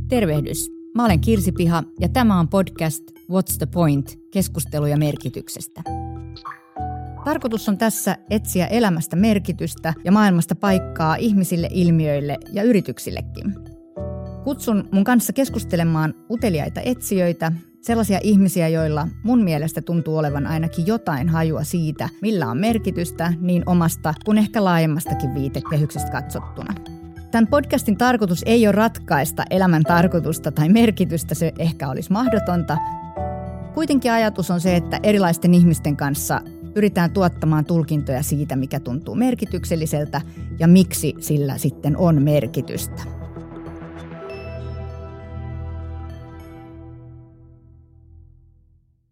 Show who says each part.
Speaker 1: Tervehdys. Mä olen Kirsi Piha ja tämä on podcast What's the Point? Keskusteluja merkityksestä. Tarkoitus on tässä etsiä elämästä merkitystä ja maailmasta paikkaa ihmisille, ilmiöille ja yrityksillekin. Kutsun mun kanssa keskustelemaan uteliaita etsijöitä, sellaisia ihmisiä, joilla mun mielestä tuntuu olevan ainakin jotain hajua siitä, millä on merkitystä niin omasta kuin ehkä laajemmastakin viitekehyksestä katsottuna. Tämän podcastin tarkoitus ei ole ratkaista elämän tarkoitusta tai merkitystä, se ehkä olisi mahdotonta. Kuitenkin ajatus on se, että erilaisten ihmisten kanssa pyritään tuottamaan tulkintoja siitä, mikä tuntuu merkitykselliseltä ja miksi sillä sitten on merkitystä.